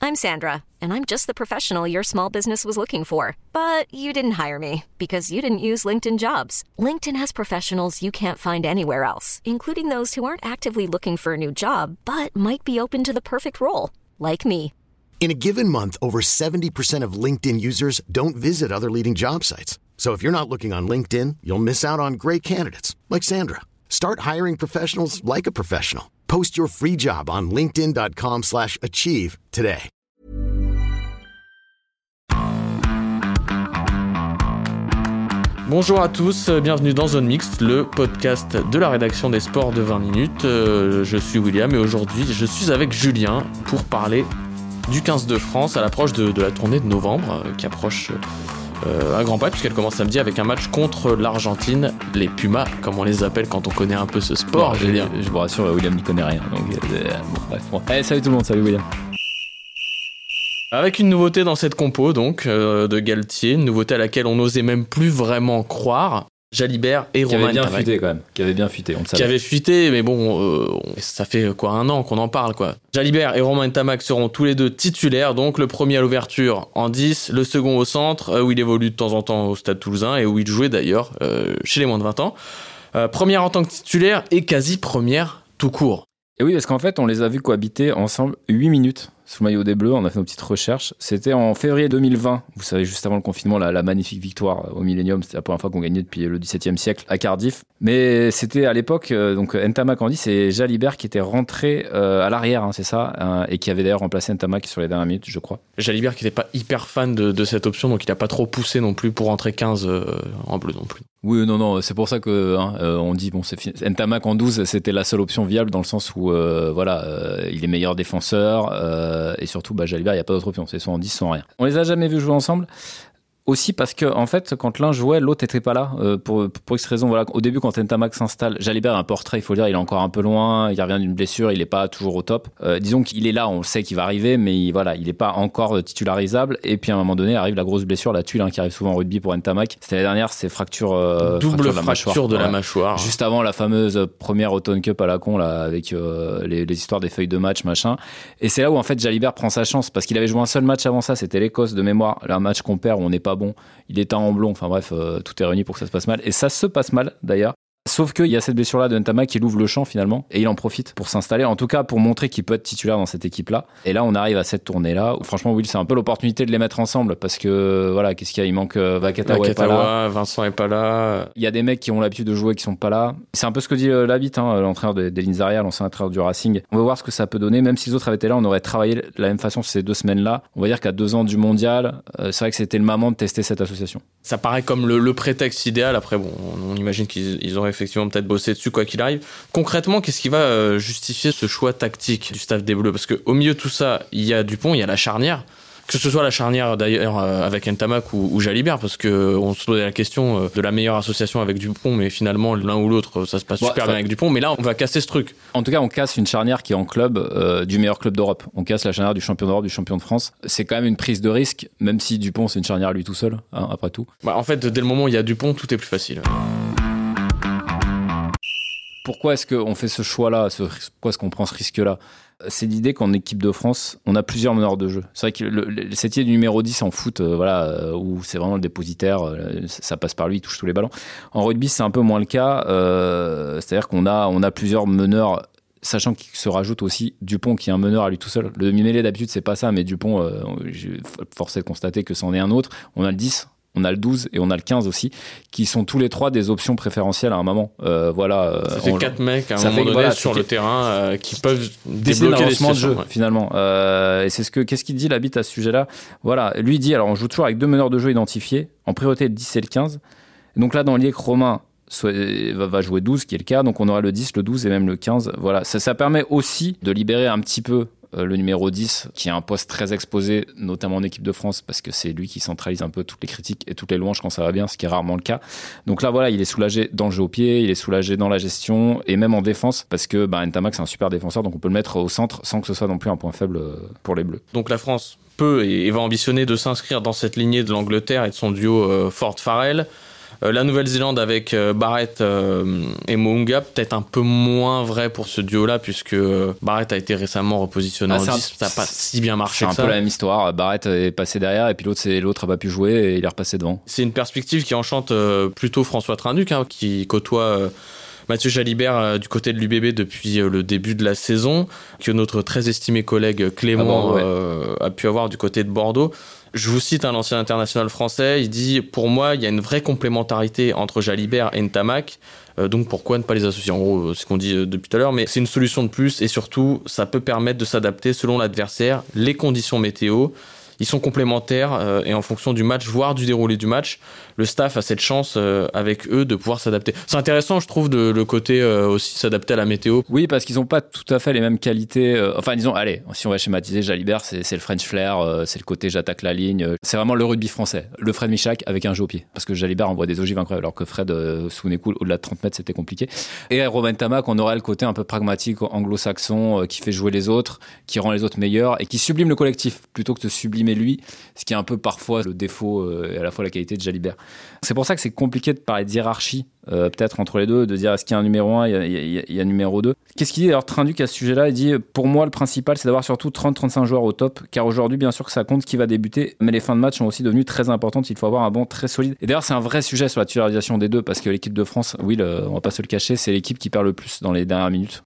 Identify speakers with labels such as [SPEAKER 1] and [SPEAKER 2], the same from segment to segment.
[SPEAKER 1] I'm Sandra, and I'm just the professional your small business was looking for. But you didn't hire me because you didn't use LinkedIn Jobs. LinkedIn has professionals you can't find anywhere else, including those who aren't actively looking for a new job, but might be open to the perfect role, like me.
[SPEAKER 2] In a given month, over 70% of LinkedIn users don't visit other leading job sites. So if you're not looking on LinkedIn, you'll miss out on great candidates like Sandra. Start hiring professionals like a professional. Post your free job on linkedin.com/achieve today.
[SPEAKER 3] Bonjour à tous, bienvenue dans Zone Mixte, le podcast de la rédaction des sports de 20 minutes. Je suis William et aujourd'hui je suis avec Julien pour parler du 15 de France à l'approche de la tournée de novembre qui approche à grands pas puisqu'elle commence samedi avec un match contre l'Argentine, les Pumas comme on les appelle quand on connaît un peu ce sport.
[SPEAKER 4] Bon, je vous rassure, William n'y connaît rien. Donc, bref. Allez, salut tout le monde, salut William.
[SPEAKER 3] Avec une nouveauté dans cette compo donc de Galtier, une nouveauté à laquelle on n'osait même plus vraiment croire. Jalibert et Romain Ntamak.
[SPEAKER 4] Qui avait bien fuité, on le savait.
[SPEAKER 3] Qui avait fuité, mais bon, ça fait quoi, un an qu'on en parle, quoi. Jalibert et Romain Ntamak seront tous les deux titulaires, donc le premier à l'ouverture en 10, le second au centre, où il évolue de temps en temps au Stade Toulousain, et où il jouait d'ailleurs chez les moins de 20 ans. Première en tant que titulaire, et quasi première tout court.
[SPEAKER 4] Et oui, parce qu'en fait, on les a vus cohabiter ensemble 8 minutes sous le maillot des Bleus. On a fait nos petites recherches. C'était en février 2020. Vous savez, juste avant le confinement, la magnifique victoire au Millennium. C'était la première fois qu'on gagnait depuis le XVIIe siècle à Cardiff. Mais c'était à l'époque, donc Ntamak en 10 et Jalibert qui était rentré à l'arrière, c'est ça, et qui avait d'ailleurs remplacé Ntamak sur les dernières minutes, je crois.
[SPEAKER 3] Jalibert qui n'était pas hyper fan de cette option, donc il n'a pas trop poussé non plus pour rentrer 15 en bleu non plus.
[SPEAKER 4] Oui, non, c'est pour ça que on dit bon, Ntamak en 12, c'était la seule option viable dans le sens où il est meilleur défenseur et surtout Jalibert, il n'y a pas d'autre option, c'est soit en 10 soit en rien. On les a jamais vus jouer ensemble. Aussi parce que en fait quand l'un jouait l'autre n'était pas là pour X raison. Voilà, au début quand Ntamak s'installe, Jalibert a un portrait, il faut le dire, il est encore un peu loin, il revient d'une blessure, il est pas toujours au top. Disons qu'il est là, on le sait qu'il va arriver, mais il est pas encore titularisable. Et puis à un moment donné arrive la grosse blessure, la tuile qui arrive souvent en rugby pour Ntamak. C'était la dernière, c'est
[SPEAKER 3] double fracture de la mâchoire.
[SPEAKER 4] Juste avant la fameuse première Autumn Cup à la con là avec les histoires des feuilles de match machin. Et c'est là où en fait Jalibert prend sa chance parce qu'il avait joué un seul match avant ça, c'était l'Écosse de mémoire, un match qu'on perd où on n'est pas bon, il est en blond, enfin bref, tout est réuni pour que ça se passe mal, et ça se passe mal d'ailleurs. Sauf qu'il y a cette blessure-là de Ntamak qui ouvre le champ finalement, et il en profite pour s'installer, en tout cas pour montrer qu'il peut être titulaire dans cette équipe-là. Et là, on arrive à cette tournée-là où franchement, Will, c'est un peu l'opportunité de les mettre ensemble parce que voilà, qu'est-ce qu'il y a ? Il manque Vakatawa est pas là,
[SPEAKER 3] Vincent est pas là.
[SPEAKER 4] Il y a des mecs qui ont l'habitude de jouer qui sont pas là. C'est un peu ce que dit Labitte, l'entraîneur des lignes arrière, l'ancien entraîneur du Racing. On va voir ce que ça peut donner. Même si les autres avaient été là, on aurait travaillé de la même façon ces 2 semaines-là. On va dire qu'à 2 ans du mondial, c'est vrai que c'était le moment de tester cette association.
[SPEAKER 3] Ça paraît comme le prétexte idéal. Après, bon, on imagine qu'ils auraient effectivement peut-être bossé dessus quoi qu'il arrive. Concrètement, qu'est-ce qui va justifier ce choix tactique du staff des Bleus ? Parce qu'au milieu de tout ça, il y a Dupont, il y a la charnière. Que ce soit la charnière d'ailleurs avec Ntamak ou Jalibert, parce qu'on se posait la question de la meilleure association avec Dupont, mais finalement l'un ou l'autre ça se passe super bien avec Dupont. Mais là, on va casser ce truc.
[SPEAKER 4] En tout cas, on casse une charnière qui est en club du meilleur club d'Europe. On casse la charnière du champion d'Europe, du champion de France. C'est quand même une prise de risque, même si Dupont c'est une charnière lui tout seul, après tout.
[SPEAKER 3] En fait, dès le moment où il y a Dupont, tout est plus facile.
[SPEAKER 4] Pourquoi est-ce qu'on fait ce choix-là ? Pourquoi est-ce qu'on prend ce risque-là ? C'est l'idée qu'en équipe de France, on a plusieurs meneurs de jeu. C'est vrai que cette idée du numéro 10 en foot, où c'est vraiment le dépositaire, ça passe par lui, il touche tous les ballons. En rugby, c'est un peu moins le cas. C'est-à-dire qu'on a plusieurs meneurs, sachant qu'il se rajoute aussi Dupont qui est un meneur à lui tout seul. Le demi-mêlée d'habitude, c'est pas ça, mais Dupont, j'ai forcé de constater que c'en est un autre. On a le 10. On a le 12 et on a le 15 aussi, qui sont tous les 3 des options préférentielles à un moment.
[SPEAKER 3] Ça fait 4 mecs à un moment donné sur le terrain qui peuvent débloquer des situations.
[SPEAKER 4] De jeu, finalement. Et qu'est-ce qu'il dit Labitte à ce sujet-là ? Voilà, lui il dit, alors on joue toujours avec 2 meneurs de jeu identifiés, en priorité le 10 et le 15. Donc là, dans l'idée que Romain va jouer 12, qui est le cas, donc on aura le 10, le 12 et même le 15. Voilà, ça permet aussi de libérer un petit peu le numéro 10, qui a un poste très exposé, notamment en équipe de France, parce que c'est lui qui centralise un peu toutes les critiques et toutes les louanges quand ça va bien, ce qui est rarement le cas. Donc là, voilà, il est soulagé dans le jeu au pied, il est soulagé dans la gestion et même en défense, parce que Ntamak, c'est un super défenseur, donc on peut le mettre au centre sans que ce soit non plus un point faible pour les Bleus.
[SPEAKER 3] Donc la France peut et va ambitionner de s'inscrire dans cette lignée de l'Angleterre et de son duo Ford-Farrell. La Nouvelle-Zélande avec Barrett et Mo'unga, peut-être un peu moins vrai pour ce duo-là, puisque Barrett a été récemment repositionné en 10. Ça n'a pas si bien marché que ça.
[SPEAKER 4] C'est un peu la même histoire. Barrett est passé derrière et puis l'autre n'a pas pu jouer et il est repassé devant.
[SPEAKER 3] C'est une perspective qui enchante plutôt François Trinduc, qui côtoie Mathieu Jalibert du côté de l'UBB depuis le début de la saison, que notre très estimé collègue Clément a pu avoir du côté de Bordeaux. Je vous cite l'ancien international français, il dit « Pour moi, il y a une vraie complémentarité entre Jalibert et Ntamak, donc pourquoi ne pas les associer ?» En gros, c'est ce qu'on dit depuis tout à l'heure, mais c'est une solution de plus et surtout, ça peut permettre de s'adapter selon l'adversaire, les conditions météo. Ils sont complémentaires et en fonction du match, voire du déroulé du match, le staff a cette chance avec eux de pouvoir s'adapter. C'est intéressant, je trouve, de le côté aussi s'adapter à la météo.
[SPEAKER 4] Oui, parce qu'ils n'ont pas tout à fait les mêmes qualités. Enfin, disons, allez, si on va schématiser, Jalibert, c'est le French flair, c'est le côté j'attaque la ligne. C'est vraiment le rugby français. Le Fred Michak avec un jeu au pied. Parce que Jalibert envoie des ogives incroyables, alors que Fred, souvenez-vous, au-delà de 30 mètres, c'était compliqué. Et Robin Ntamak, on aurait le côté un peu pragmatique anglo-saxon, qui fait jouer les autres, qui rend les autres meilleurs et qui sublime le collectif plutôt que de sublimer lui, ce qui est un peu parfois le défaut et à la fois la qualité de Jalibert. C'est pour ça que c'est compliqué de parler de hiérarchie, peut-être entre les deux, de dire est-ce qu'il y a un numéro 1, il y a un numéro 2. Qu'est-ce qu'il dit alors Trinduc à ce sujet-là? Il dit pour moi le principal c'est d'avoir surtout 30-35 joueurs au top, car aujourd'hui bien sûr que ça compte qui va débuter, mais les fins de match sont aussi devenues très importantes, il faut avoir un banc très solide. Et d'ailleurs c'est un vrai sujet sur la titularisation des deux, parce que l'équipe de France, oui, on va pas se le cacher, c'est l'équipe qui perd le plus dans les dernières minutes.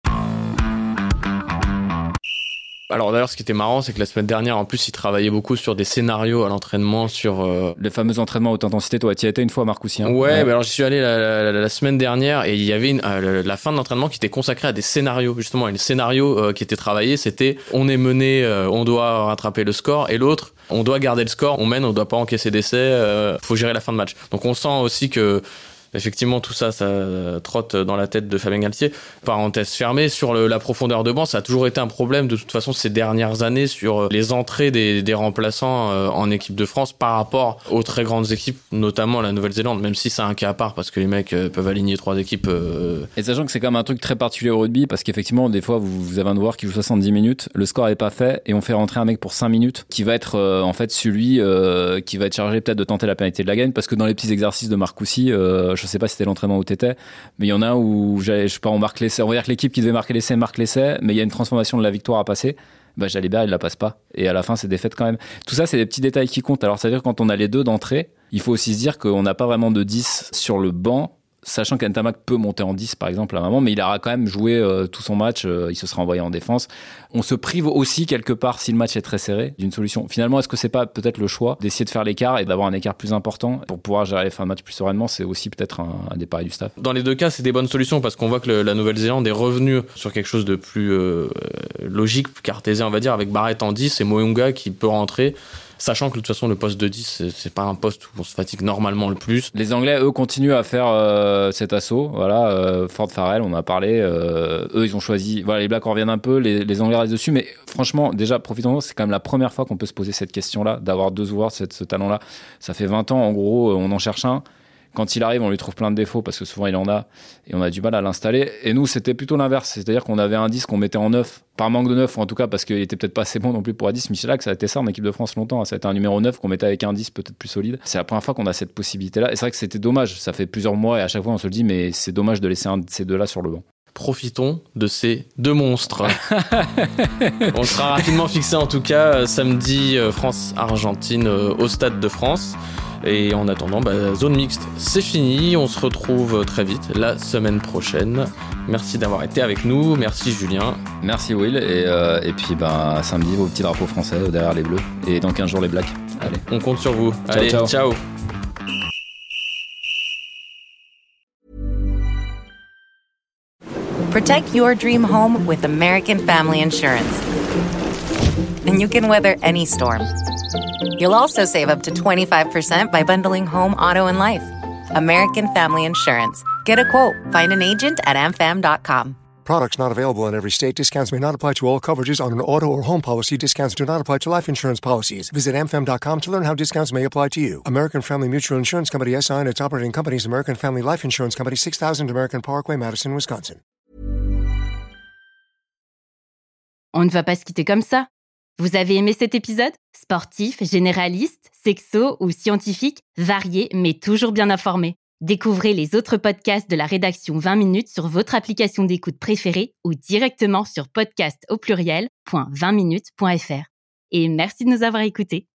[SPEAKER 3] Alors d'ailleurs, ce qui était marrant, c'est que la semaine dernière, en plus, ils travaillaient beaucoup sur des scénarios à l'entraînement, sur
[SPEAKER 4] les fameux entraînements haute intensité. Toi, tu y étais une fois, Marcoussi.
[SPEAKER 3] Ouais, mais alors j'y suis allé la semaine dernière et il y avait la fin de l'entraînement qui était consacrée à des scénarios, justement. Et le scénario qui était travaillé, c'était on est mené, on doit rattraper le score, et l'autre, on doit garder le score, on mène, on doit pas encaisser d'essais, faut gérer la fin de match. Donc on sent aussi que effectivement, tout ça, ça trotte dans la tête de Fabien Galtier. Parenthèse fermée, sur la profondeur de banc, ça a toujours été un problème de toute façon ces dernières années sur les entrées des remplaçants en équipe de France par rapport aux très grandes équipes, notamment la Nouvelle-Zélande, même si c'est un cas à part parce que les mecs peuvent aligner 3 équipes.
[SPEAKER 4] Et sachant que c'est quand même un truc très particulier au rugby, parce qu'effectivement, des fois, vous avez un joueur qui joue 70 minutes, le score n'est pas fait et on fait rentrer un mec pour 5 minutes qui va être en fait celui qui va être chargé peut-être de tenter la pénalité de la gagne, parce que dans les petits exercices de Marcoussi, je sais pas si c'était l'entraînement où t'étais, mais il y en a un où je sais pas, on marque l'essai, on va dire que l'équipe qui devait marquer l'essai marque l'essai, mais il y a une transformation de la victoire à passer. Jalibert il la passe pas et à la fin c'est défaite quand même. Tout ça c'est des petits détails qui comptent. Alors ça veut dire que quand on a les deux d'entrée, il faut aussi se dire qu'on n'a pas vraiment de 10 sur le banc, sachant qu'Ntamak peut monter en 10 par exemple à un moment, mais il aura quand même joué tout son match, il se sera envoyé en défense. On se prive aussi quelque part, si le match est très serré, d'une solution. Finalement, est-ce que c'est pas peut-être le choix d'essayer de faire l'écart et d'avoir un écart plus important pour pouvoir gérer les fins de match plus sereinement? C'est aussi peut-être un des paris du staff.
[SPEAKER 3] Dans les deux cas, c'est des bonnes solutions parce qu'on voit que la Nouvelle-Zélande est revenue sur quelque chose de plus logique, plus cartésien on va dire, avec Barrett en 10 et Mo'unga qui peut rentrer. Sachant que de toute façon le poste de 10 c'est pas un poste où on se fatigue normalement le plus.
[SPEAKER 4] Les Anglais eux continuent à faire cet assaut, voilà, Ford Farrell on en a parlé, eux ils ont choisi, voilà, les Blacks reviennent un peu, les Anglais restent dessus, mais franchement déjà profitons-en, c'est quand même la première fois qu'on peut se poser cette question là, d'avoir deux joueurs ce talent là. Ça fait 20 ans en gros, on en cherche un. Quand il arrive, on lui trouve plein de défauts parce que souvent il en a et on a du mal à l'installer. Et nous, c'était plutôt l'inverse. C'est-à-dire qu'on avait un 10 qu'on mettait en 9, par manque de 9, ou en tout cas parce qu'il était peut-être pas assez bon non plus pour un 10. Michalak, ça a été ça en équipe de France longtemps. Ça a été un numéro 9 qu'on mettait avec un 10 peut-être plus solide. C'est la première fois qu'on a cette possibilité-là. Et c'est vrai que c'était dommage. Ça fait plusieurs mois et à chaque fois on se le dit, mais c'est dommage de laisser un de ces deux-là sur le banc.
[SPEAKER 3] Profitons de ces deux monstres. On sera rapidement fixé en tout cas samedi France-Argentine au Stade de France. Et en attendant, zone mixte, c'est fini. On se retrouve très vite la semaine prochaine. Merci d'avoir été avec nous. Merci Julien.
[SPEAKER 4] Merci Will. Et puis samedi, vos petits drapeaux français derrière les bleus. Et dans 15 jours, les blacks. Allez.
[SPEAKER 3] On compte sur vous.
[SPEAKER 4] Ciao,
[SPEAKER 3] allez, ciao.
[SPEAKER 5] Protect your dream home with American Family Insurance. And you can weather any storm. You'll also save up to 25% by bundling home, auto, and life. American Family Insurance. Get a quote. Find an agent at amfam.com.
[SPEAKER 6] Products not available in every state. Discounts may not apply to all coverages on an auto or home policy. Discounts do not apply to life insurance policies. Visit amfam.com to learn how discounts may apply to you. American Family Mutual Insurance Company SI and its operating companies, American Family Life Insurance Company, 6000 American Parkway, Madison, Wisconsin.
[SPEAKER 7] On ne va pas se quitter comme ça. Vous avez aimé cet épisode ? Sportif, généraliste, sexo ou scientifique, varié mais toujours bien informé. Découvrez les autres podcasts de la rédaction 20 minutes sur votre application d'écoute préférée ou directement sur podcast.20minutes.fr. Et merci de nous avoir écoutés.